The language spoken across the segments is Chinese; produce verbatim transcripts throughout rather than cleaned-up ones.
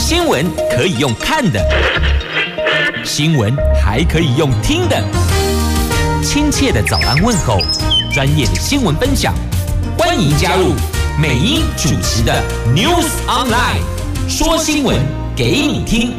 新闻可以用看的，新闻还可以用听的。亲切的早安问候，专业的新闻分享，欢迎加入美英主持的 News Online， 说新闻给你听。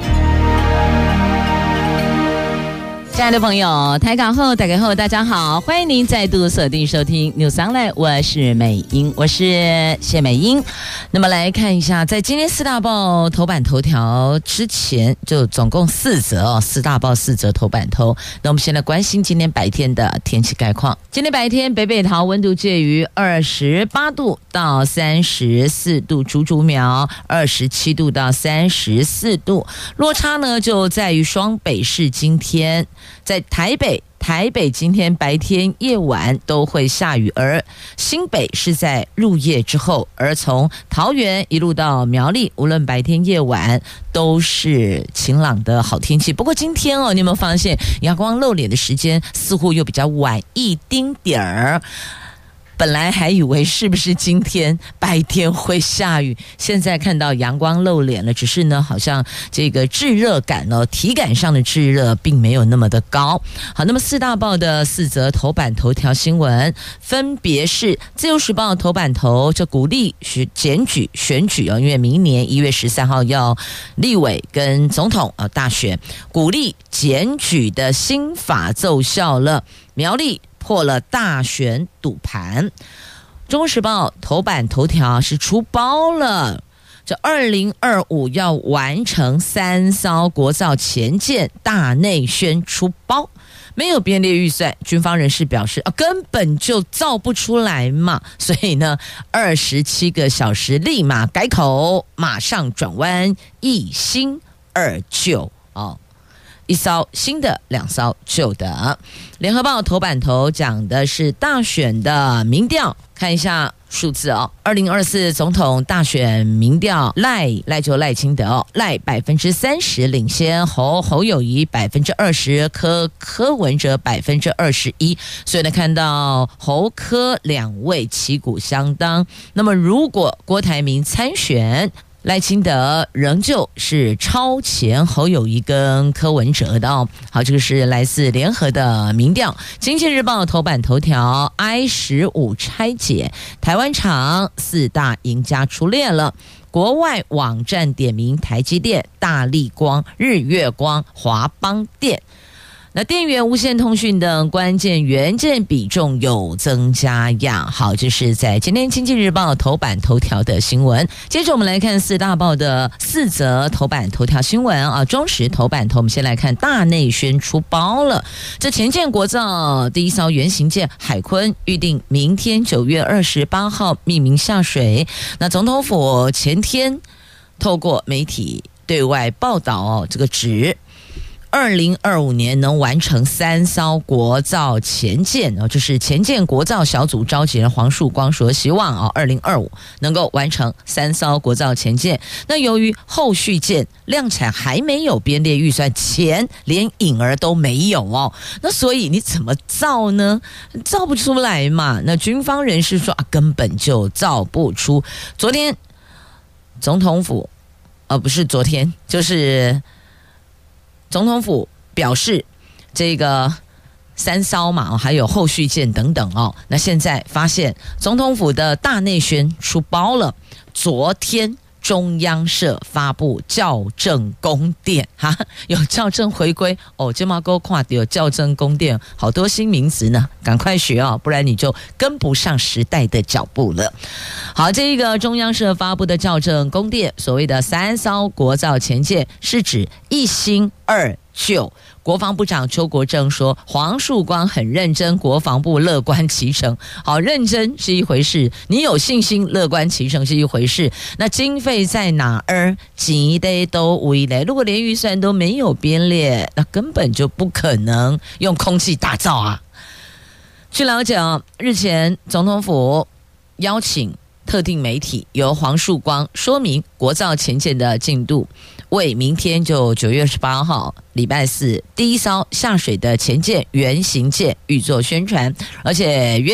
亲爱的朋友，台港后打开后，大家好，欢迎您再度锁定收听 News Online， 我是美英，我是谢美英。那么来看一下，在今天四大报头版头条之前，就总共四则哦，四大报四则头版头。那我们先来关心今天白天的天气概况。今天白天北北桃温度介于二十八度到三十四度，竹竹苗二十七度到三十四度，落差呢就在于双北市今天。在台北，台北今天白天夜晚都会下雨，而新北是在入夜之后，而从桃园一路到苗栗，无论白天夜晚都是晴朗的好天气。不过今天哦，你有没有发现阳光露脸的时间似乎又比较晚一丁点儿？本来还以为是不是今天白天会下雨，现在看到阳光露脸了，只是呢好像这个炙热感哦，体感上的炙热并没有那么的高。好，那么四大报的四则头版头条新闻分别是自由时报头版头就鼓励检举选举哦，因为明年一月十三号要立委跟总统啊大选，鼓励检举的新法奏效了，苗栗破了大选赌盘。中国时报头版头条是出包了，这二零二五要完成三艘国造前舰，大内宣出包，没有编列预算，军方人士表示啊，根本就造不出来嘛，所以呢二十七个小时立马改口，马上转弯，一新二旧哦。一艘新的，两艘旧的。联合报头版头讲的是大选的民调，看一下数字哦。二零二四总统大选民调，赖赖就赖清德哦，赖百分之三十领先，侯侯友宜百分之二十，柯柯文哲百分之二十一。所以呢，看到侯柯两位旗鼓相当。那么如果郭台铭参选，赖清德仍旧是超前侯友宜跟柯文哲的哦。好，这个是来自联合的民调。经济日报头版头条 I 十五 拆解，台湾厂四大赢家出列了。国外网站点名台积电、大立光、日月光、华邦电。那电源、无线通讯等关键元件比重有增加呀。好，这是在今天经济日报头版头条的新闻。接着我们来看四大报的四则头版头条新闻啊。中时头版头，我们先来看大内宣出包了。这前舰国造第一艘原型舰海鲲预定明天九月二十八号命名下水。那总统府前天透过媒体对外报道哦，这个指二零二五年能完成三艘国造前舰哦，就是前舰国造小组召集人黄树光说，希望啊二零二五能够完成三艘国造前舰。那由于后续舰量产还没有编列预算，钱连影儿都没有哦，那所以你怎么造呢？造不出来嘛。那军方人士说啊，根本就造不出。昨天总统府，呃，不是昨天，就是总统府表示，这个三艘嘛，还有后续舰等等哦。那现在发现总统府的大内宣出包了，昨天中央社发布校正宫殿哈，有校正回归哦，这么够看到有校正宫殿，好多新名词呢，赶快学哦，不然你就跟不上时代的脚步了。好，这个中央社发布的校正宫殿，所谓的三艘国造前舰，是指一新二旧。国防部长邱国正说，黄树光很认真，国防部乐观其成。好，认真是一回事，你有信心乐观其成是一回事，那经费在哪儿？钱的都为嘞，如果连预算都没有编列，那根本就不可能用空气打造啊。据了解，日前总统府邀请特定媒体由黄树光说明国造前舰的进度，为明天就九月十八号礼拜四第一艘下水的前舰原型舰预做宣传，而且约定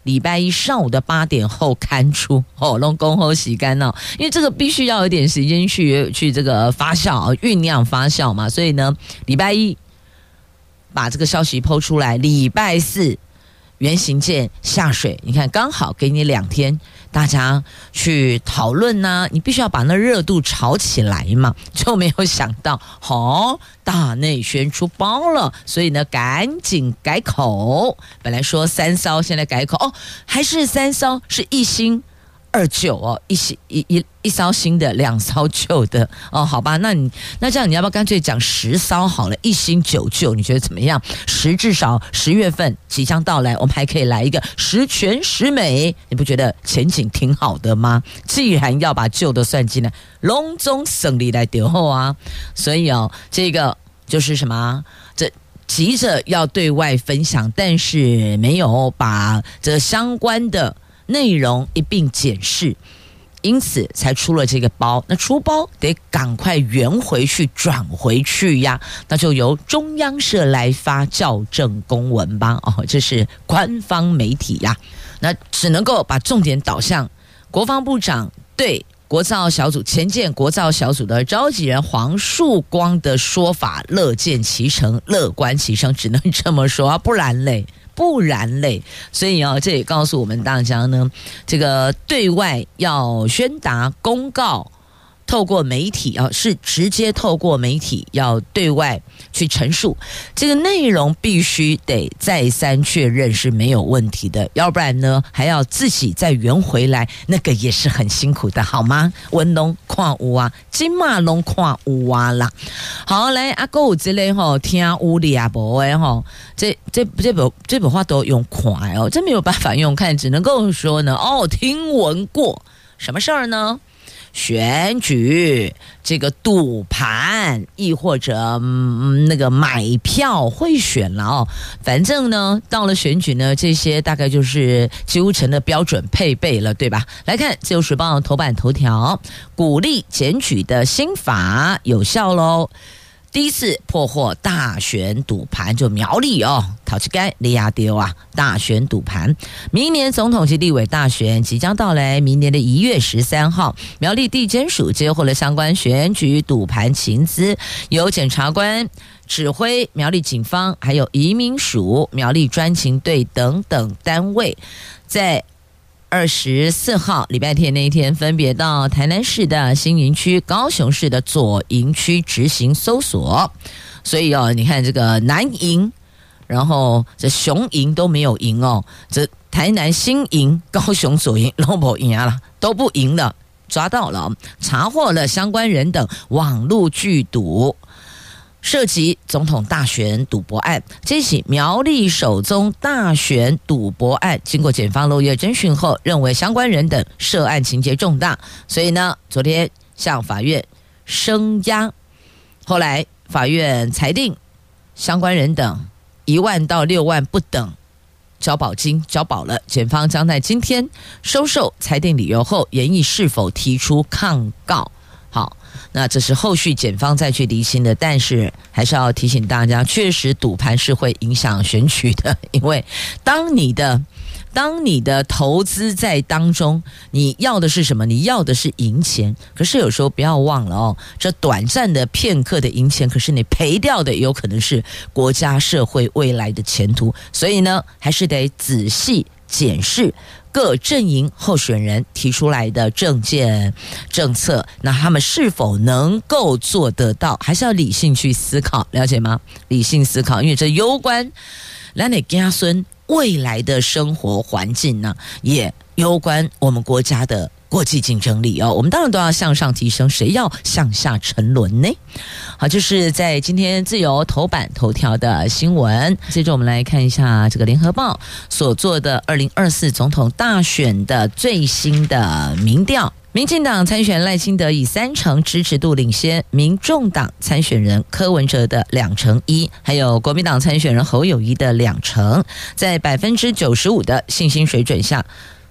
礼拜一上午的八点后刊出哦，弄恭候洗干哦，因为这个必须要有点时间去去这个发酵酝酿发酵嘛，所以呢，礼拜一把这个消息抛出来，礼拜四原型舰下水，你看刚好给你两天，大家去讨论呐、啊，你必须要把那热度炒起来嘛，就没有想到，哦，大内宣出包了，所以呢，赶紧改口，本来说三艘，现在改口，哦，还是三艘，是一新二旧哦，一一一一艘新的，两艘旧的哦，好吧，那你那这样你要不要干脆讲十艘好了，一新九旧，你觉得怎么样？十至少十月份即将到来，我们还可以来一个十全十美，你不觉得前景挺好的吗？既然要把旧的算进来，隆中胜利来丢后啊，所以哦，这个就是什么？这急着要对外分享，但是没有把这相关的内容一并检视，因此才出了这个包。那出包得赶快圆回去转回去呀，那就由中央社来发校正公文吧。哦，这是官方媒体呀，那只能够把重点导向国防部长对国造小组前建国造小组的召集人黄树光的说法乐见其成，乐观其成，只能这么说啊，不然嘞。不然嘞，所以哦，这也告诉我们大家呢，这个对外要宣达公告，透过媒体啊，是直接透过媒体要对外去陈述这个内容，必须得再三确认是没有问题的，要不然呢，还要自己再圆回来，那个也是很辛苦的，好吗？文龙看有啊，金马龙看有啊啦。好，来阿哥有这类吼，听有理啊无诶吼，这这这本这本话都用看哦，真没有办法用看，只能够说呢，哦，听闻过什么事儿呢？选举这个赌盘，亦或者、嗯、那个买票贿选了哦。反正呢，到了选举呢，这些大概就是几乎成了标准配备了，对吧？来看《自由时报》头版头条，鼓励检举的新法有效喽。第一次破获大选赌盘，就苗栗哦，桃池街利亚丢啊，大选赌盘。明年总统及立委大选即将到来，明年的一月十三号，苗栗地检署接获了相关选举赌盘情资，由检察官指挥苗栗警方，还有移民署、苗栗专勤队等等单位，在二十四号礼拜天那一天，分别到台南市的新营区、高雄市的左营区执行搜索。所以哦，你看这个南营，然后这雄营都没有赢哦，这台南新营、高雄左营都不赢了，都不赢了，抓到了，查获了相关人等网络聚赌。涉及总统大选赌博案，这起苗栗首宗大选赌博案，经过检方漏夜侦讯后，认为相关人等涉案情节重大，所以呢，昨天向法院声押。后来法院裁定，相关人等一万到六万不等交保金，交保了。检方将在今天收受裁定理由后，研议是否提出抗告。好，那这是后续检方再去厘清的，但是还是要提醒大家，确实赌盘是会影响选举的，因为当你的当你的投资在当中，你要的是什么？你要的是赢钱，可是有时候不要忘了哦，这短暂的片刻的赢钱，可是你赔掉的有可能是国家社会未来的前途，所以呢，还是得仔细检视各阵营候选人提出来的政见政策，那他们是否能够做得到，还是要理性去思考，了解吗？理性思考，因为这攸关咱的子孙未来的生活环境呢，也攸关我们国家的国际竞争力哦。我们当然都要向上提升，谁要向下沉沦呢？好，就是在今天自由头版头条的新闻。接着我们来看一下这个联合报所做的二零二四总统大选的最新的民调。民进党参选赖清德以三成支持度领先民众党参选人柯文哲的两成一，还有国民党参选人侯友宜的两成，在百分之九十五的信心水准下，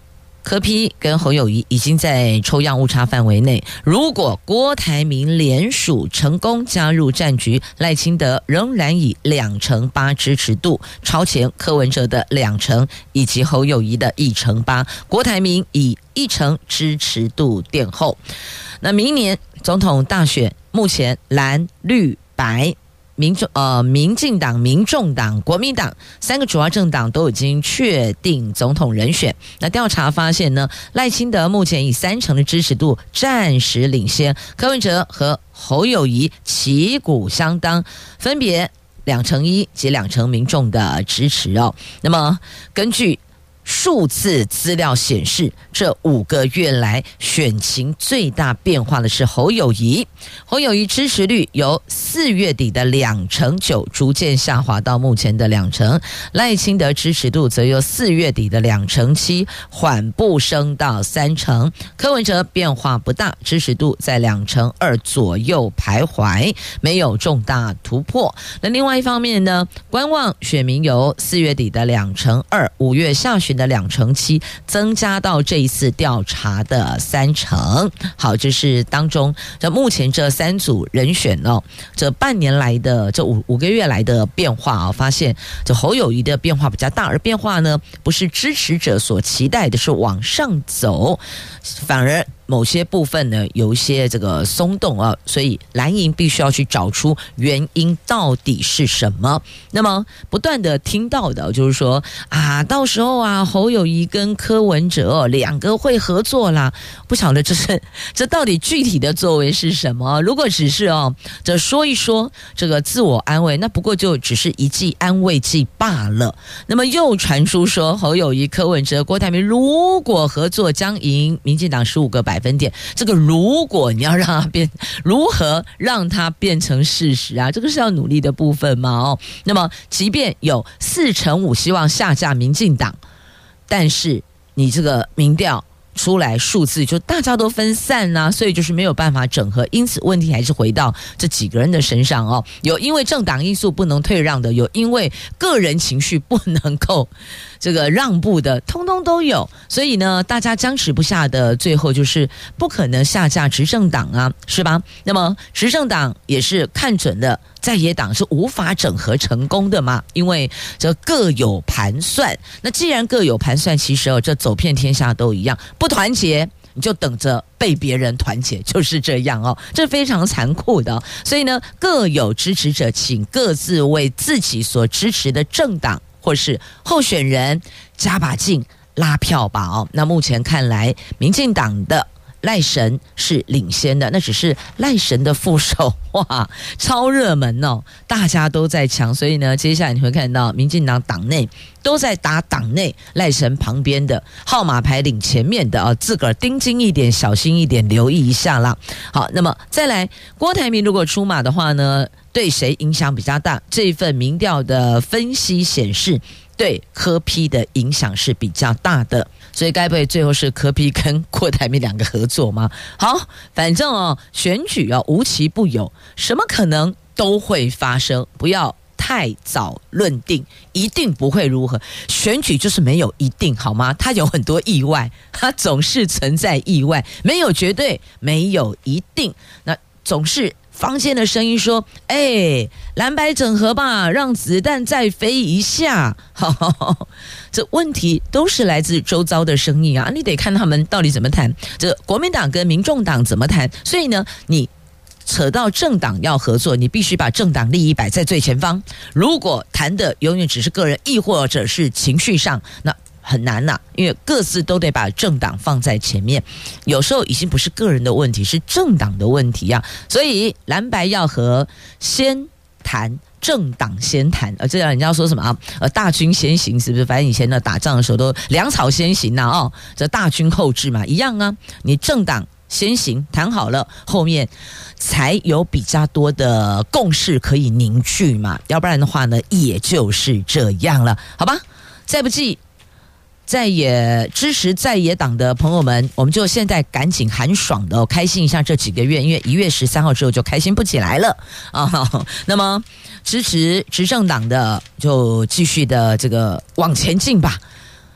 柯 P 跟侯友宜已经在抽样误差范围内，如果郭台铭联署成功加入战局，赖清德仍然以两成八支持度超前柯文哲的两成以及侯友宜的一成八，郭台铭以一成支持度垫后。那明年总统大选，目前蓝绿白民众呃，民进党、民众党、国民党三个主要政党都已经确定总统人选。那调查发现呢，赖清德目前以三成的支持度暂时领先，柯文哲和侯友宜旗鼓相当，分别两成一及两成民众的支持哦。那么根据数字资料显示，这五个月来选情最大变化的是侯友宜，侯友宜支持率由四月底的两成九逐渐下滑到目前的两成，赖清德支持度则由四月底的两成七缓步升到三成，柯文哲变化不大，支持度在两成二左右徘徊，没有重大突破。那另外一方面呢，观望选民由四月底的两成二，五月下旬的两成七增加到这一次调查的三成。好，这是当中这目前这三组人选哦，这半年来的这五五个月来的变化啊、哦，发现这侯友宜的变化比较大，而变化呢不是支持者所期待的是往上走，反而某些部分呢有一些这个松动啊，所以蓝营必须要去找出原因到底是什么。那么不断的听到的就是说啊，到时候啊侯友宜跟柯文哲、哦、两个会合作啦，不晓得这是这到底具体的作为是什么？如果只是哦这说一说这个自我安慰，那不过就只是一剂安慰剂罢了。那么又传出说侯友宜、柯文哲、郭台铭如果合作将赢民进党十五个百分点，这个如果你要让它变，如何让它变成事实啊？这个是要努力的部分嘛哦。那么即便有四成五希望下架民进党，但是你这个民调出来数字就大家都分散啊，所以就是没有办法整合，因此问题还是回到这几个人的身上哦。有因为政党因素不能退让的，有因为个人情绪不能够这个让步的，通通都有。所以呢，大家僵持不下的，最后就是不可能下架执政党啊，是吧？那么执政党也是看准了在野党是无法整合成功的嘛，因为这各有盘算。那既然各有盘算，其实哦，这走遍天下都一样，不团结你就等着被别人团结，就是这样哦，这非常残酷的、哦。所以呢，各有支持者，请各自为自己所支持的政党或是候选人加把劲拉票吧哦。那目前看来，民进党的赖神是领先的，那只是赖神的副手，哇，超热门哦，大家都在抢，所以呢，接下来你会看到民进党党内都在打党内赖神旁边的号码牌领前面的啊，自个儿盯紧一点，小心一点，留意一下啦。好，那么再来，郭台铭如果出马的话呢，对谁影响比较大？这份民调的分析显示，对柯 P 的影响是比较大的，所以该不会最后是柯 P 跟郭台铭两个合作吗？好，反正哦，选举哦无奇不有，什么可能都会发生，不要太早论定，一定不会如何。选举就是没有一定，好吗？它有很多意外，它总是存在意外，没有绝对，没有一定，那总是。坊间的声音说：“哎，蓝白整合吧，让子弹再飞一下。”这问题都是来自周遭的声音啊，你得看他们到底怎么谈。这国民党跟民众党怎么谈？所以呢，你扯到政党要合作，你必须把政党利益摆在最前方。如果谈的永远只是个人，亦或者是情绪上，那很难呐、啊，因为各自都得把政党放在前面，有时候已经不是个人的问题，是政党的问题啊。所以蓝白要和先谈政党先谈，呃，这样人家说什么啊？呃，大军先行是不是？反正以前呢打仗的时候都粮草先行呐、啊，哦，这大军后至嘛，一样啊。你政党先行谈好了，后面才有比较多的共识可以凝聚嘛，要不然的话呢，也就是这样了，好吧？再不济。在野支持在野党的朋友们，我们就现在赶紧寒爽的、哦、开心一下这几个月，因为一月十三号之后就开心不起来了啊。那么支持执政党的就继续的这个往前进吧。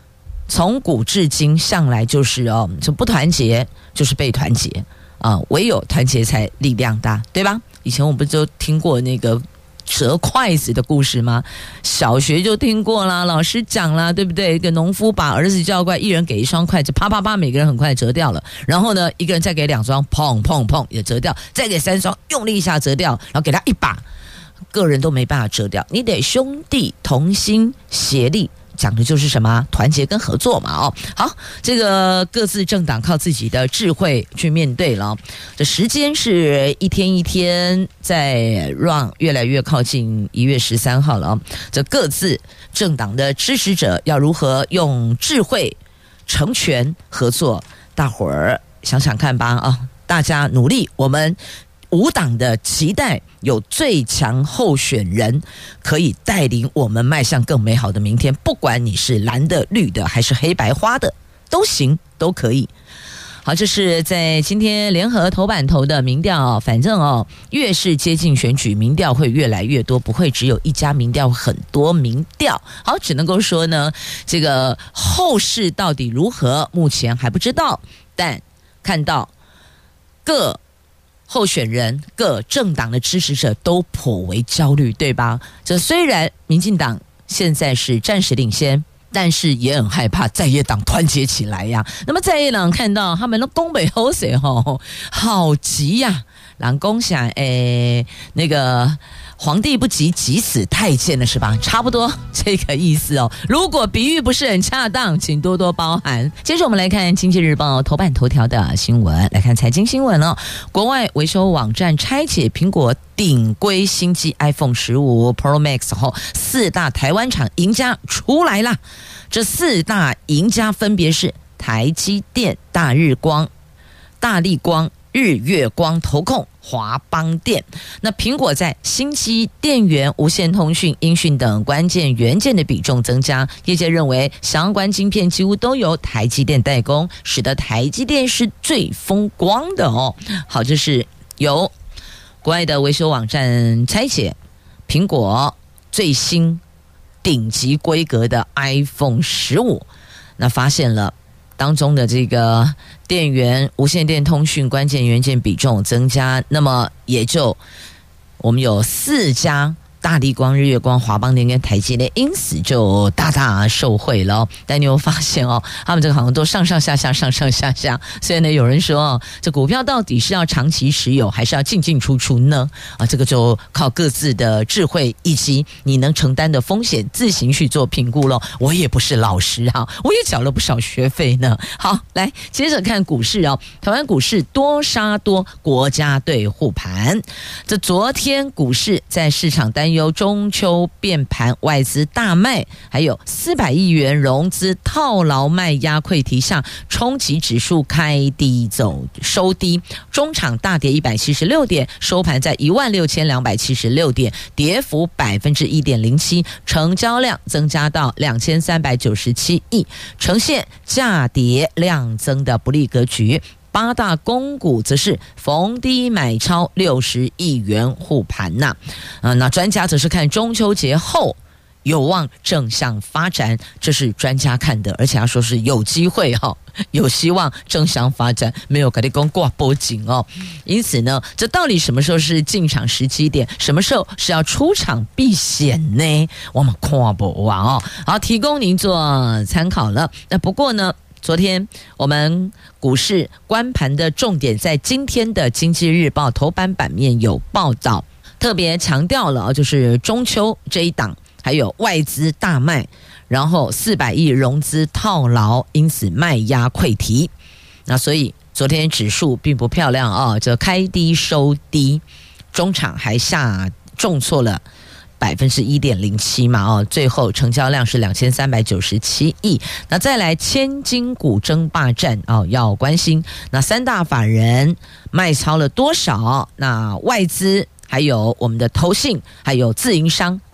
从古至今向来就是哦，就不团结就是被团结啊、呃，唯有团结才力量大，对吧？以前我们不就听过那个折筷子的故事吗？小学就听过啦，老师讲啦，对不对？一个农夫把儿子叫过来，一人给一双筷子，啪啪啪，每个人很快折掉了。然后呢，一个人再给两双，砰砰砰也折掉，再给三双，用力一下折掉，然后给他一把，个人都没办法折掉，你得兄弟同心协力。讲的就是什么团结跟合作嘛哦，好，这个各自政党靠自己的智慧去面对了。这时间是一天一天在让越来越靠近一月十三号了哦。这各自政党的支持者要如何用智慧成全合作？大伙儿想想看吧啊！大家努力，我们五党的期待有最强候选人可以带领我们迈向更美好的明天，不管你是蓝的绿的还是黑白花的都行，都可以。好，这是在今天联合头版头的民调哦，反正哦，越是接近选举，民调会越来越多，不会只有一家民调，很多民调。好，只能够说呢，这个后市到底如何，目前还不知道，但看到各候选人各政党的支持者都颇为焦虑，对吧？这虽然民进党现在是暂时领先，但是也很害怕在野党团结起来呀。那么在野党看到他们的东北后水吼，好急呀！人讲想，诶，那个皇帝不急，急死太监了，是吧？差不多这个意思哦。如果比喻不是很恰当，请多多包涵。接着我们来看《经济日报》头版头条的新闻，来看财经新闻哦。国外维修网站拆解苹果顶规新机 iPhone 十五 Pro Max 后，四大台湾厂赢家出来啦。这四大赢家分别是台积电、大日光、大立光、日月光、投控、华邦电。那苹果在新机、电源、无线通讯、音讯等关键元件的比重增加，业界认为相关晶片几乎都由台积电代工，使得台积电是最风光的哦。好，这是由国外的维修网站拆解苹果最新顶级规格的 iPhone 十五，那发现了当中的这个电源、无线电通讯关键元件比重增加，那么也就我们有四家大立光、日月光、华邦电跟台积电，因此就大大受惠了哦。但你有发现哦，他们这个好像都上上下下、上上下下，所以呢，有人说哦，这股票到底是要长期持有，还是要进进出出呢？啊，这个就靠各自的智慧以及你能承担的风险自行去做评估咯。我也不是老师啊，我也缴了不少学费呢。好，来接着看股市哦，台湾股市多杀多，国家队护盘。这昨天股市在市场担忧中秋变盘，外资大卖，还有四百亿元融资套牢卖压溃堤下，冲击指数开低走收低，中场大跌一百七十六点，收盘在一万六千两百七十六点，跌幅百分之一点零七，成交量增加到两千三百九十七亿，呈现价跌量增的不利格局。八大公股则是逢低买超六十亿元护盘呐、呃，那专家则是看中秋节后有望正向发展，这是专家看的，而且他说是有机会哈、哦，有希望正向发展，没有跟你讲挂脖颈哦。因此呢，这到底什么时候是进场时机点，什么时候是要出场避险呢？我们看不完哦，好，提供您做参考了。那不过呢，昨天我们股市观盘的重点在今天的经济日报头版版面有报道，特别强调了就是中秋这一档还有外资大卖，然后四百亿融资套牢，因此卖压溃堤。那所以昨天指数并不漂亮啊，这开低收低，中场还下重挫了百分之一点零七嘛哦，最后成交量是两千三百九十七亿。那再来千金股争霸战哦，要关心那三大法人卖超了多少？那外资还有我们的投信还有自营商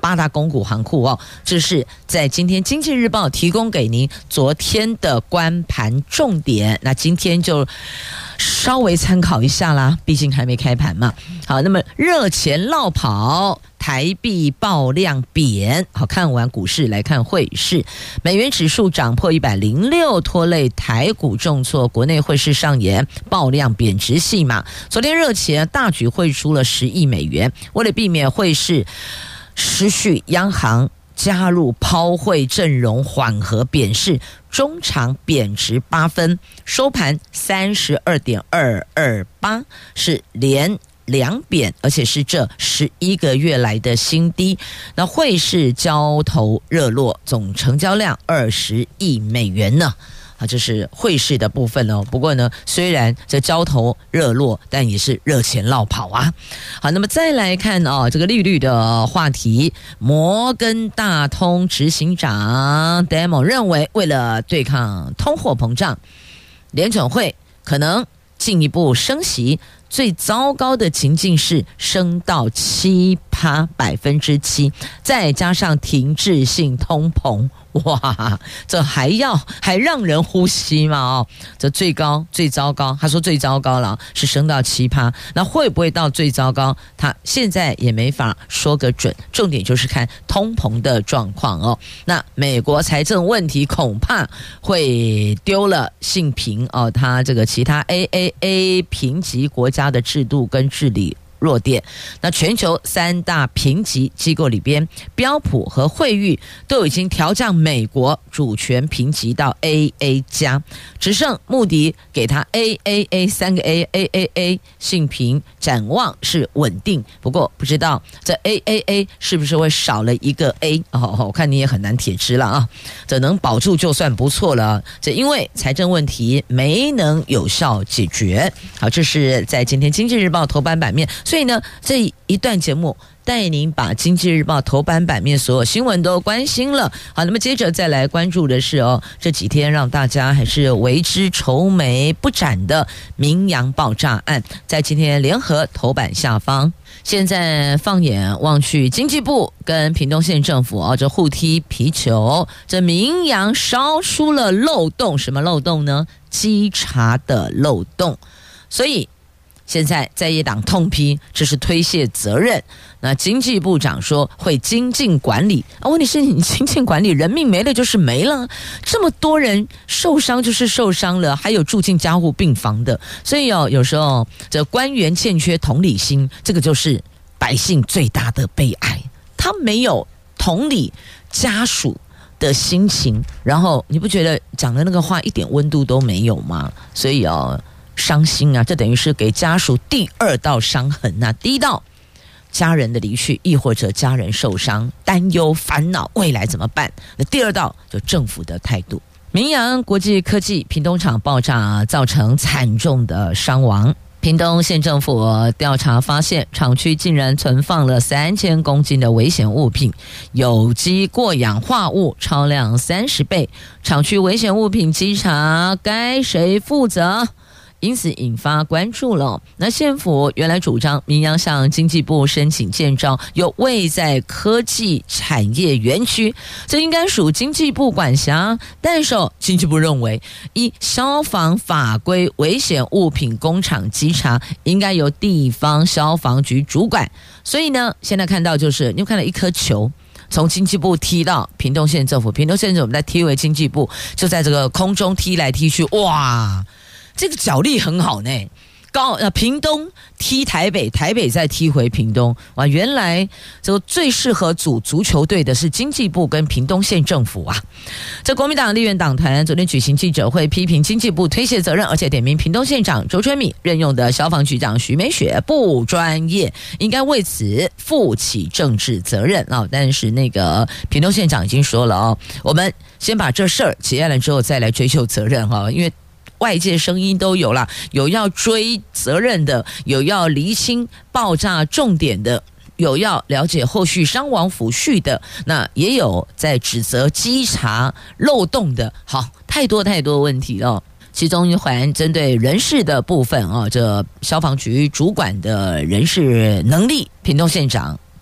八大公股行库哦，这是在今天经济日报提供给您昨天的观盘重点，那今天就稍微参考一下啦，毕竟还没开盘嘛。好，那么热钱落跑，台币爆量贬。好，看完股市来看汇市，美元指数涨破一百零六，拖累台股重挫，国内汇市上演爆量贬值戏码。昨天热钱大举汇出了十亿美元，为了避免汇市失序，央行加入抛汇阵容，缓和贬势，中场贬值八分，收盘三十二点二二八，是连两贬，而且是这十一个月来的新低。那汇市交投热络，总成交量二十亿美元呢。啊，这是汇市的部分哦。不过呢，虽然这交投热络，但也是热钱落跑啊。好，那么再来看哦，这个利率的话题，摩根大通执行长 Demo 认为，为了对抗通货膨胀，联准会可能进一步升息。最糟糕的情境是升到七趴百分之七，再加上停滞性通膨，哇，这还要还让人呼吸吗？哦，这最高最糟糕，他说最糟糕了是升到七趴，那会不会到最糟糕？他现在也没法说个准，重点就是看通膨的状况哦。那美国财政问题恐怕会丢了性平哦，他这个其他 A A A 评级国家的制度跟治理弱点。那全球三大评级机构里边，标普和惠誉都已经调降美国主权评级到 A A 加，只剩穆迪给他 A A A 三个 A A A A 信评展望是稳定，不过不知道这 A A A 是不是会少了一个 A 哦，我看你也很难铁吃了啊，这能保住就算不错了。这因为财政问题没能有效解决。好，这是在今天经济日报头版版面。所以呢，这一段节目带您把经济日报头版版面所有新闻都关心了。好，那么接着再来关注的是哦，这几天让大家还是为之愁眉不展的明阳爆炸案，在今天联合头版下方。现在放眼望去，经济部跟屏东县政府哦，这互踢皮球，这明阳烧出了漏洞，什么漏洞呢？稽查的漏洞。所以现在在野党痛批这是推卸责任，那经济部长说会精进管理啊，问题是你精进管理，人命没了就是没了，这么多人受伤就是受伤了，还有住进加护病房的，所以哦，有时候这官员欠缺同理心，这个就是百姓最大的悲哀，他没有同理家属的心情，然后你不觉得讲的那个话一点温度都没有吗？所以哦。伤心啊，这等于是给家属第二道伤痕啊。第一道，家人的离去，亦或者家人受伤，担忧烦恼未来怎么办？那第二道就政府的态度。明阳国际科技屏东厂爆炸造成惨重的伤亡。屏东县政府调查发现，厂区竟然存放了三千公斤的危险物品，有机过氧化物超量三十倍。厂区危险物品稽查该谁负责？因此引发关注了。那县府原来主张明阳向经济部申请建造有位在科技产业园区，这应该属经济部管辖，但是经济部认为依消防法规，危险物品工厂稽查应该由地方消防局主管。所以呢，现在看到就是你有看到一颗球从经济部踢到屏东县政府，屏东县政府再踢回经济部，就在这个空中踢来踢去，哇，这个脚力很好呢。高呃，屏东踢台北，台北再踢回屏东，哇！原来这个最适合组足球队的是经济部跟屏东县政府啊。这国民党立院党团昨天举行记者会，批评经济部推卸责任，而且点名屏东县长周春米任用的消防局长徐美雪不专业，应该为此负起政治责任啊。但是那个屏东县长已经说了哦，我们先把这事儿结案了之后再来追究责任哈，因为外界声音都有啦，有要追责任的，有要厘清爆炸重点的，有要了解后续伤亡抚恤的，那也有在指责稽查漏洞的，好，太多太多问题了。其中一环针对人事的部分啊，这消防局主管的人事能力，屏东县长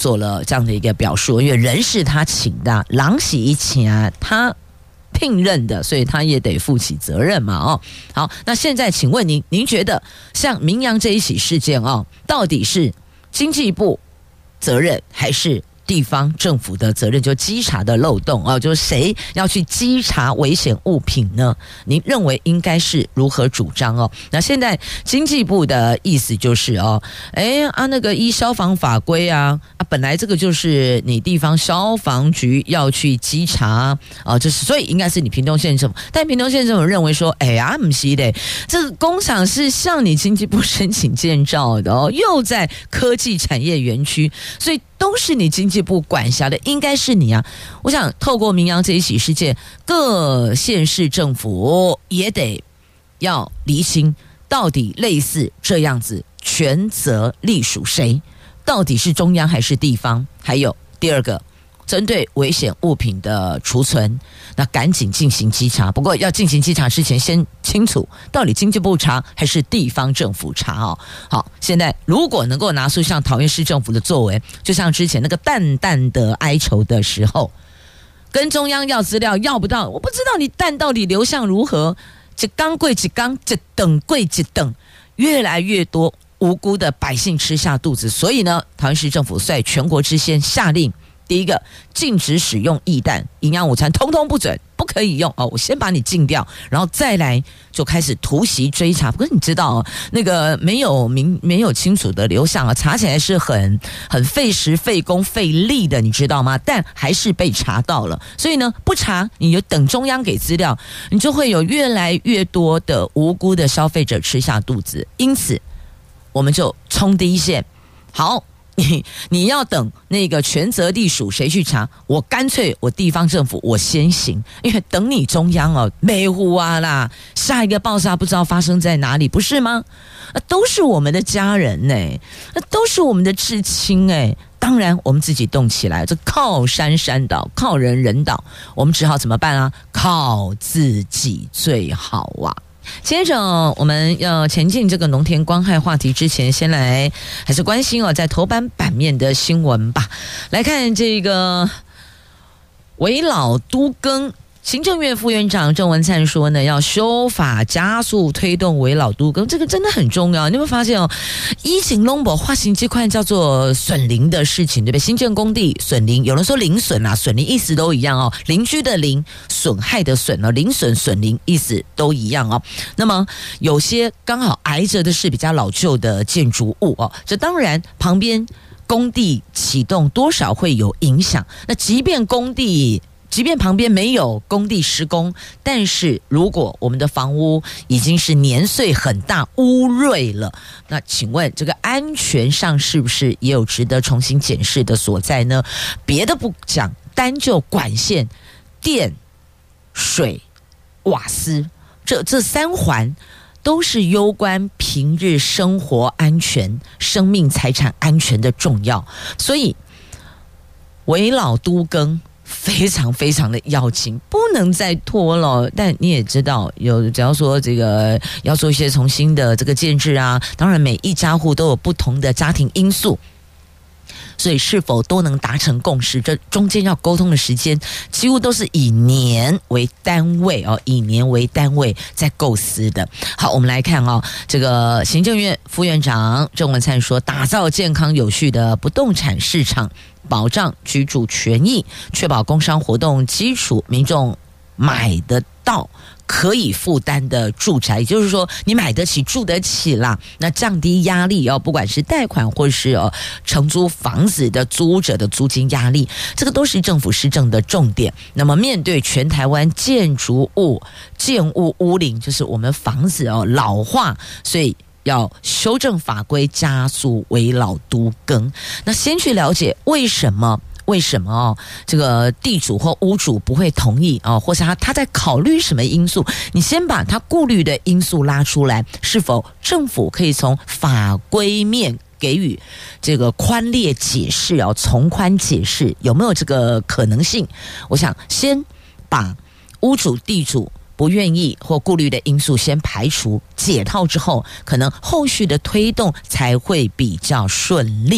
做了这样的一个表述，因为人是他请的，郎喜一请啊，他聘任的，所以他也得负起责任嘛哦。好，那现在请问您，您觉得像明阳这一起事件哦，到底是经济部责任还是地方政府的责任？就稽查的漏洞哦，就是谁要去稽查危险物品呢？您认为应该是如何主张哦？那现在经济部的意思就是哦，哎啊那个依消防法规啊啊，本来这个就是你地方消防局要去稽查啊，就是所以应该是你屏东县政府，但屏东县政府认为说，哎呀不是的，这个工厂是向你经济部申请建造的哦，又在科技产业园区，所以都是你经济部管辖的，应该是你啊！我想透过明阳这一起事件，各县市政府也得要厘清，到底类似这样子权责隶属谁？到底是中央还是地方？还有第二个，针对危险物品的储存，那赶紧进行稽查。不过要进行稽查之前，先清楚到底经济部查还是地方政府查哦。好，现在如果能够拿出像桃园市政府的作为，就像之前那个淡淡的哀愁的时候，跟中央要资料要不到，我不知道你蛋到底流向如何，一缸贵一缸，一等贵一等，越来越多无辜的百姓吃下肚子。所以呢，桃园市政府率全国之先下令，第一个，禁止使用液氮营养午餐，通通不准，不可以用哦。我先把你禁掉，然后再来就开始突袭追查。不过你知道哦，那个没有明没有清楚的流向啊，查起来是很很费时、费工、费力的，你知道吗？但还是被查到了。所以呢，不查你就等中央给资料，你就会有越来越多的无辜的消费者吃下肚子。因此，我们就冲第一线。好。你你要等那个权责隶属谁去查？我干脆我地方政府我先行，因为等你中央哦，没糊啊啦，下一个爆炸不知道发生在哪里，不是吗？都是我们的家人呢，都是我们的至亲哎。当然我们自己动起来，这靠山山倒，靠人人倒，我们只好怎么办啊？靠自己最好啊。接着我们要前进这个农田光害话题之前，先来还是关心哦，在头版版面的新闻吧。来看这个危老都更，行政院副院长郑文灿说呢，要修法加速推动危老都更，这个真的很重要。你有没有发现哦，疫情龙博划行这块叫做损林的事情，对不对？新建工地损林，有人说林损啊，损林意思都一样哦，邻居的邻，损害的损哦，林损损林意思都一样哦。那么有些刚好挨着的是比较老旧的建筑物哦，这当然旁边工地启动多少会有影响。那即便工地即便旁边没有工地施工，但是如果我们的房屋已经是年岁很大、污秽了，那请问这个安全上是不是也有值得重新检视的所在呢？别的不讲，单就管线、电、水、瓦斯这这三环，都是攸关平日生活安全、生命财产安全的重要，所以危老都更非常非常的要紧，不能再拖了。但你也知道，有只要说这个要做一些重新的这个建制啊，当然每一家户都有不同的家庭因素，所以是否都能达成共识，这中间要沟通的时间几乎都是以年为单位哦，以年为单位在构思的。好，我们来看哦，这个行政院副院长郑文灿说，打造健康有序的不动产市场，保障居住权益，确保工商活动基础民众买得到可以负担的住宅，也就是说你买得起住得起啦，那降低压力哦，不管是贷款或是哦承租房子的租者的租金压力，这个都是政府施政的重点。那么面对全台湾建筑物建物屋龄，就是我们房子哦老化，所以要修正法规，加速危老都更。那先去了解为什么为什么哦，这个地主或屋主不会同意哦，或是他他在考虑什么因素？你先把他顾虑的因素拉出来，是否政府可以从法规面给予这个宽列解释哦，从宽解释有没有这个可能性？我想先把屋主、地主不愿意或顾虑的因素先排除解套之后，可能后续的推动才会比较顺利。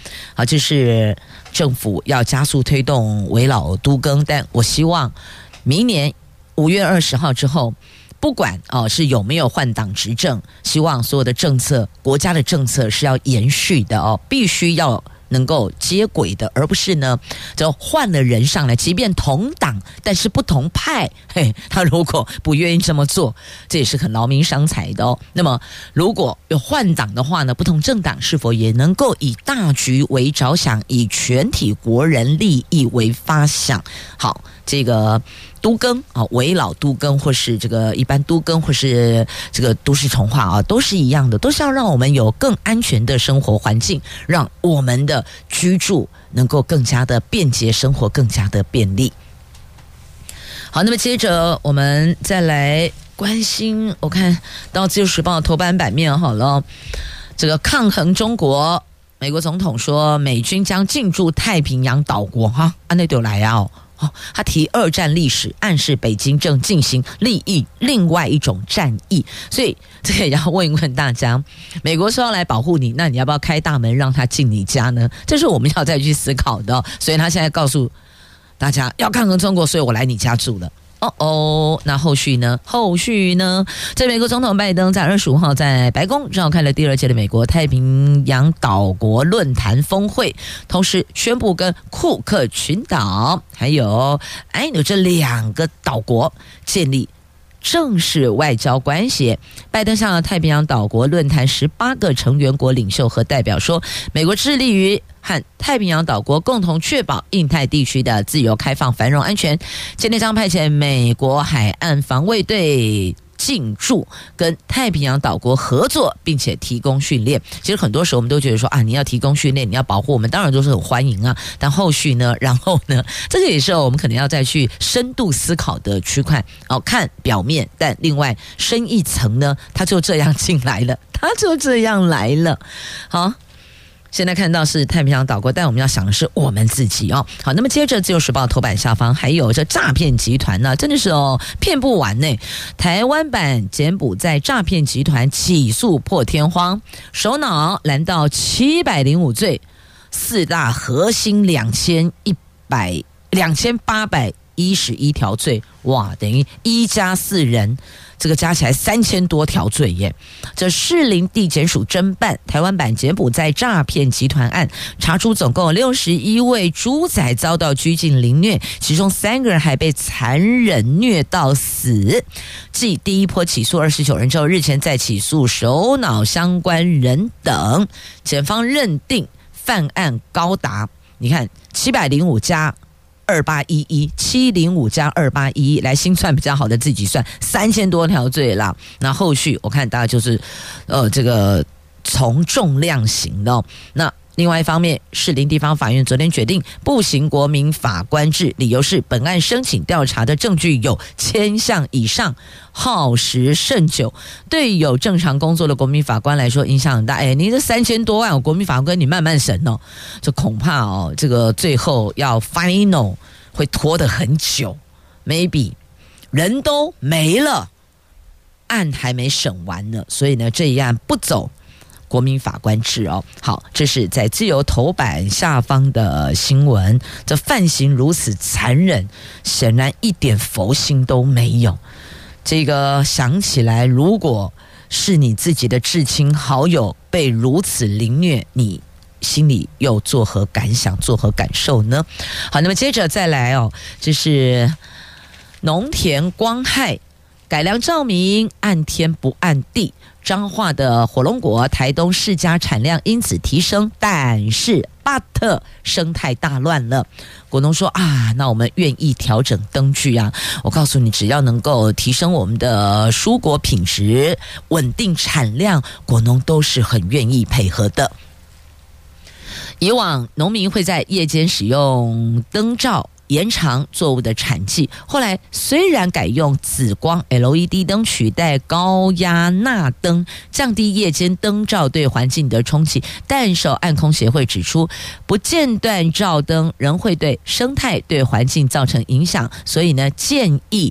好，这是政府要加速推动危老都更，但我希望明年五月二十号之后，不管哦是有没有换党执政，希望所有的政策，国家的政策是要延续的哦，必须要能够接轨的，而不是呢就换了人上来，即便同党但是不同派，嘿，他如果不愿意这么做，这也是很劳民伤财的哦。那么如果有换党的话呢，不同政党是否也能够以大局为着想，以全体国人利益为发想？好，这个都更啊，危老都更，或是这个一般都更，或是这个都市重划啊，都是一样的，都是要让我们有更安全的生活环境，让我们的居住能够更加的便捷，生活更加的便利。好，那么接着我们再来关心，我看到自由时报头版版面好了，这个抗衡中国，美国总统说美军将进驻太平洋岛国哈，安内丢来呀哦。哦，他提二战历史，暗示北京正进行利益另外一种战役，所以这个也要问一问大家，美国说要来保护你，那你要不要开大门让他进你家呢？这是我们要再去思考的哦。所以他现在告诉大家要抗衡中国，所以我来你家住了。哦哦，那后续呢？后续呢？在美国总统拜登在二十五号在白宫召开了第二届的美国太平洋岛国论坛峰会，同时宣布跟库克群岛还有埃纽这两个岛国建立正式外交关系。拜登向太平洋岛国论坛十八个成员国领袖和代表说，美国致力于和太平洋岛国共同确保印太地区的自由、开放、繁荣、安全。今天将派遣美国海岸防卫队进驻，跟太平洋岛国合作，并且提供训练。其实很多时候我们都觉得说啊，你要提供训练，你要保护我们，当然都是很欢迎啊。但后续呢，然后呢，这个也是我们可能要再去深度思考的区块哦。看表面，但另外深一层呢，他就这样进来了，他就这样来了。好。现在看到是太平洋岛国，但我们要想的是我们自己哦。好，那么接着自由时报头版下方还有这诈骗集团呢，真的是哦骗不完呢。台湾版柬埔寨诈骗集团起诉破天荒，首脑拦到七百零五罪，四大核心两千一百两千八百一十一条罪，哇，等于一加四人。这个加起来三千多条罪耶！这士林地检署侦办台湾版柬埔寨诈骗集团案，查出总共六十一位猪仔遭到拘禁凌虐，其中三个人还被残忍虐到死。继第一波起诉二十九人之后，日前再起诉首脑相关人等，检方认定犯案高达，你看七百零五加。二八一一七零五加二八一一，来心算比较好的自己算三千多条罪啦。那后续我看大家就是，呃，这个从重量刑的、哦。那另外一方面，士林地方法院昨天决定不行国民法官制，理由是本案申请调查的证据有千项以上，耗时甚久，对有正常工作的国民法官来说影响很大。哎，你这三千多万，国民法官你慢慢审哦，就恐怕哦，这个最后要 final 会拖得很久 ，maybe 人都没了，案还没审完呢，所以呢，这一案不走国民法官制哦。好，这是在自由头版下方的新闻。这犯行如此残忍，显然一点佛心都没有。这个想起来，如果是你自己的至亲好友被如此凌虐，你心里又作何感想，作何感受呢？好，那么接着再来哦，这是农田光害，改良照明，按天不按地。彰化的火龙果、台东世家产量因此提升，但是 but 生态大乱了。果农说啊，那我们愿意调整灯具啊。我告诉你，只要能够提升我们的蔬果品质、稳定产量，果农都是很愿意配合的。以往农民会在夜间使用灯罩延长作物的产季，后来虽然改用紫光 L E D 灯取代高压钠灯，降低夜间灯罩对环境的冲击，但受暗空协会指出，不间断照灯仍会对生态对环境造成影响，所以呢，建议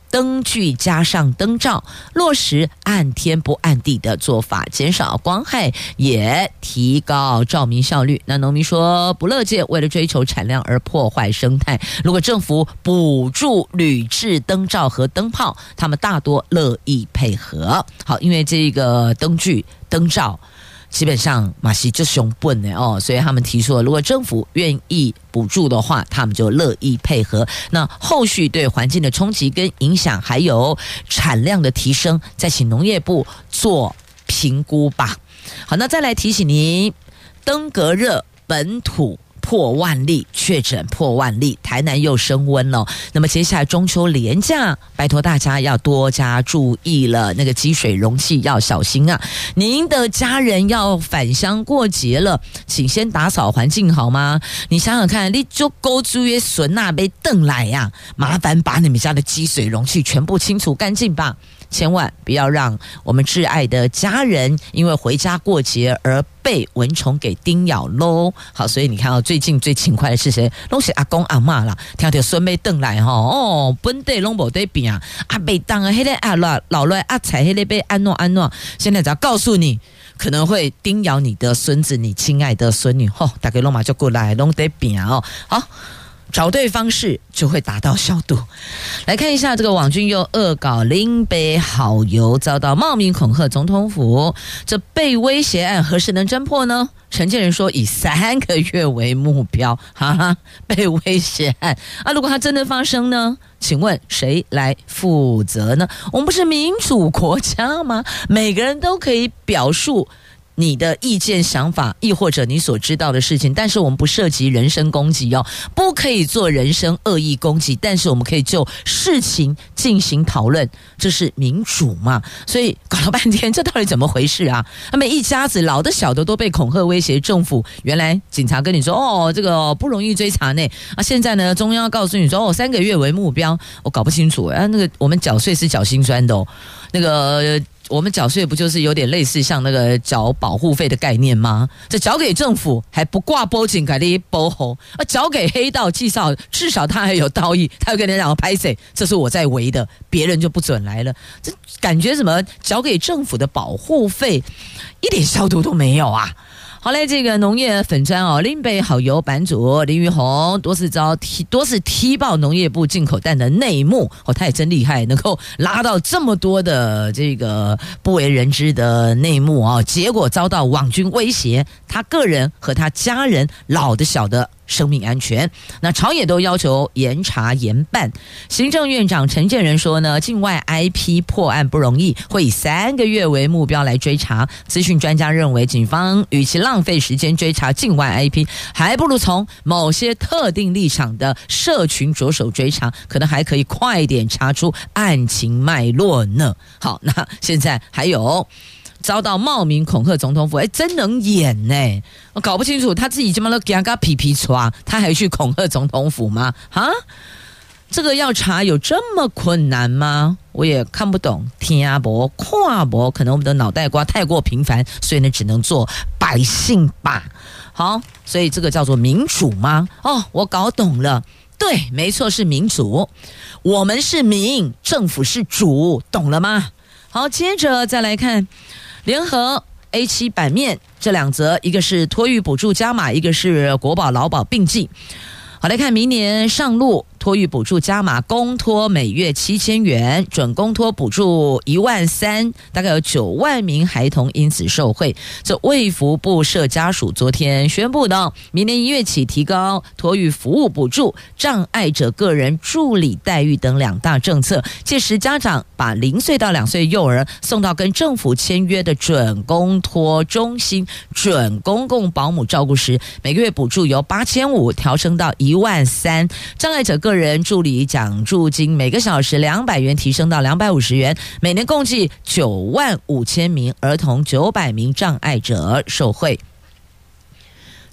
灯具加上灯罩，落实按天不按地的做法，减少光害，也提高照明效率。那农民说不乐见为了追求产量而破坏生态，如果政府补助铝制灯罩和灯泡，他们大多乐意配合。好，因为这个灯具灯罩基本上马西就熊笨的哦，所以他们提出了，如果政府愿意补助的话，他们就乐意配合。那后续对环境的冲击跟影响，还有产量的提升，再请农业部做评估吧。好，那再来提醒您，登革热本土破万例，确诊破万例，台南又升温了。那么接下来中秋连假，拜托大家要多加注意了，那个积水容器要小心啊！您的家人要返乡过节了，请先打扫环境好吗？你想想看，你就勾住约笋那被邓来呀，麻烦把你们家的积水容器全部清除干净吧。千万不要让我们挚爱的家人因为回家过节而被蚊虫给叮咬喽。好，所以你看到、哦、最近最勤快的是谁？都是阿公阿嬷啦，听到孙妹邓来哈哦，本地拢无得病啊，阿北当啊，迄个阿老老来阿彩，迄个被安诺安诺。现在只要告诉你，可能会叮咬你的孙子，你亲爱的孙女，吼、哦，大家拢马就过来，拢得病哦，好。找对方式就会达到效度。来看一下这个网军又恶搞林北好友，遭到冒名恐吓总统府，这被威胁案何时能侦破呢？陈建仁说以三个月为目标，哈哈，被威胁案啊，如果它真的发生呢？请问谁来负责呢？我们不是民主国家吗？每个人都可以表述你的意见想法，亦或者你所知道的事情，但是我们不涉及人身攻击哦，不可以做人身恶意攻击，但是我们可以就事情进行讨论，这是民主嘛。所以搞了半天这到底怎么回事啊？他们一家子老的小的都被恐吓威胁政府，原来警察跟你说哦这个不容易追查呢，啊现在呢中央告诉你说哦三个月为目标，我搞不清楚啊，那个我们缴税是缴辛酸的哦，那个我们缴税不就是有点类似像那个缴保护费的概念吗？这缴给政府还不挂报警给你保护，啊，缴给黑道记少，至少他还有道义，他会跟人讲拍谁，这是我在围的，别人就不准来了。这感觉什么缴给政府的保护费，一点效度都没有啊！好嘞，这个农业粉专哦，林北好友版主林玉红多次遭踢，多次踢爆农业部进口蛋的内幕哦，他也真厉害，能够拉到这么多的这个不为人知的内幕哦，结果遭到网军威胁，他个人和他家人老的小的生命安全。那朝野都要求严查严办。行政院长陈建仁说呢，境外 I P 破案不容易，会以三个月为目标来追查。资讯专家认为，警方与其浪费时间追查境外 I P， 还不如从某些特定立场的社群着手追查，可能还可以快一点查出案情脉络呢。好，那现在还有遭到冒名恐吓总统府，哎，真能演呢！我搞不清楚他自己这么的给他皮皮抓，他还去恐吓总统府吗？啊，这个要查有这么困难吗？我也看不懂，听不看不，可能我们的脑袋瓜太过频繁，所以呢，只能做百姓吧。好，所以这个叫做民主吗？哦，我搞懂了。对，没错，是民主。我们是民，政府是主，懂了吗？好，接着再来看联合 A 七 版面这两则，一个是托育补助加码，一个是国保劳保并进。好，来看明年上路托育补助加码，公托每月七千元，准公托补助一万三，大概有九万名孩童因此受惠。这卫福部社家署昨天宣布的，明年一月起提高托育服务补助、障碍者个人助理待遇等两大政策。届时家长把零岁到两岁幼儿送到跟政府签约的准公托中心、准公共保姆照顾时，每个月补助由八千五调升到一万三，障碍者个人助理奖助金每个小时两百元提升到两百五十元，每年共计九万五千名儿童、九百名障碍者受惠。这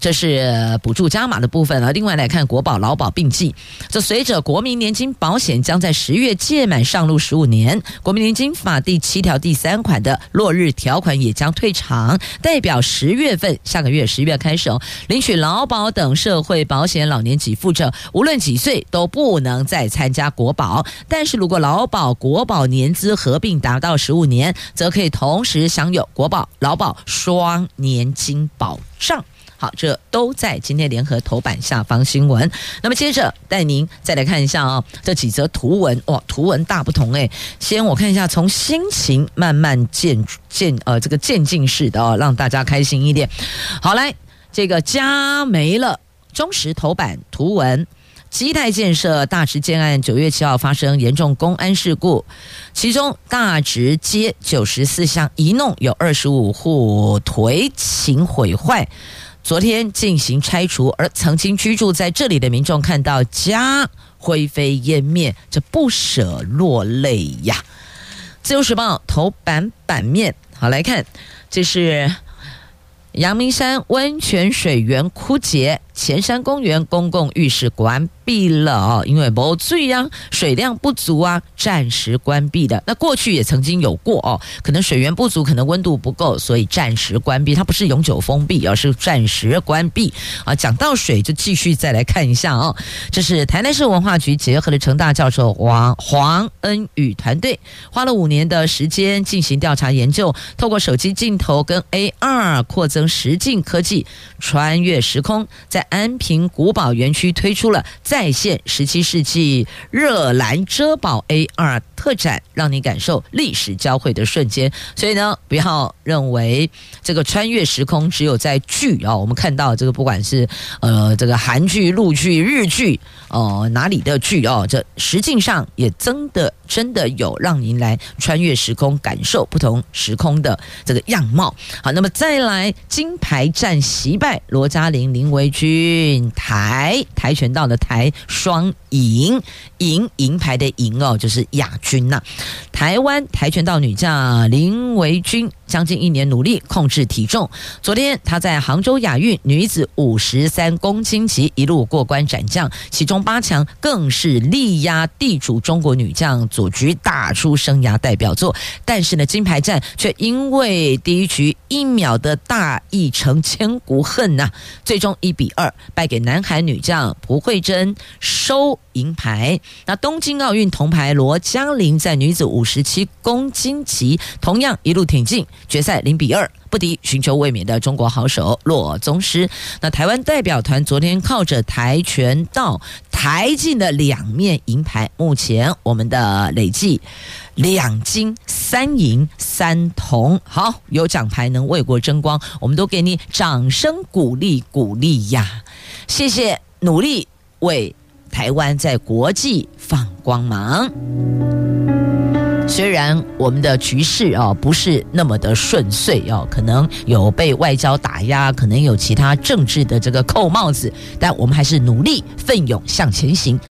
这是补助加码的部分了。另外来看国保劳保并计，这随着国民年金保险将在十月届满上路十五年，国民年金法第七条第三款的落日条款也将退场，代表十月份下个月十月开始、哦、领取劳保等社会保险老年给付者，无论几岁都不能再参加国保。但是如果劳保国保年资合并达到十五年，则可以同时享有国保劳保双年金保障。好，这都在今天联合头版下方新闻。那么接着带您再来看一下哦，这几则图文，哇，图文大不同哎。先我看一下，从心情慢慢渐渐呃这个渐进式的哦，让大家开心一点。好，来这个家没了，中时头版图文。基泰建设大直建案九月七号发生严重公安事故，其中大直街九十四巷一弄有二十五户颓倾毁坏，昨天进行拆除，而曾经居住在这里的民众看到家灰飞烟灭，这不舍落泪呀。自由时报头版版面，好来看，这是阳明山温泉水源枯竭，前山公园公共浴室关闭了哦，因为没水啊，水量不足啊，暂时关闭的。那过去也曾经有过哦，可能水源不足，可能温度不够，所以暂时关闭。它不是永久封闭，而是暂时关闭啊。讲到水，就继续再来看一下哦。这是台南市文化局结合了成大教授黄黄恩宇团队，花了五年的时间进行调查研究，透过手机镜头跟 A R 扩增实境科技，穿越时空，在安平古堡园区推出了再现十七世纪热兰遮堡 A R 特展，让你感受历史交汇的瞬间。所以呢，不要认为这个穿越时空只有在剧啊、哦，我们看到这个不管是呃这个韩剧、陆剧、日剧哦、呃、哪里的剧哦，这实际上也真的真的有让您来穿越时空，感受不同时空的这个样貌。好，那么再来金牌战惜败，罗嘉玲、林维君台跆拳道的台双赢，赢银牌的赢哦，就是亚军呐、啊。台湾跆拳道女将林维君将近一年努力控制体重，昨天她在杭州亚运女子五十三公斤级一路过关斩将，其中八强更是力压地主中国女将左菊，打出生涯代表作。但是呢，金牌战却因为第一局一秒的大意成千古恨呐、啊，最终一比二败给南韩女将朴慧珍，收银牌。那东京奥运铜牌罗嘉玲在女子五十七公斤级同样一路挺进，决赛零比二不敌寻求卫冕的中国好手骆宗师。那台湾代表团昨天靠着跆拳道抬进了两面银牌，目前我们的累计两金三银三铜，好，有奖牌能为国争光，我们都给你掌声鼓励鼓励呀！谢谢努力为台湾在国际放光芒。虽然我们的局势啊不是那么的顺遂啊，可能有被外交打压，可能有其他政治的这个扣帽子，但我们还是努力奋勇向前行。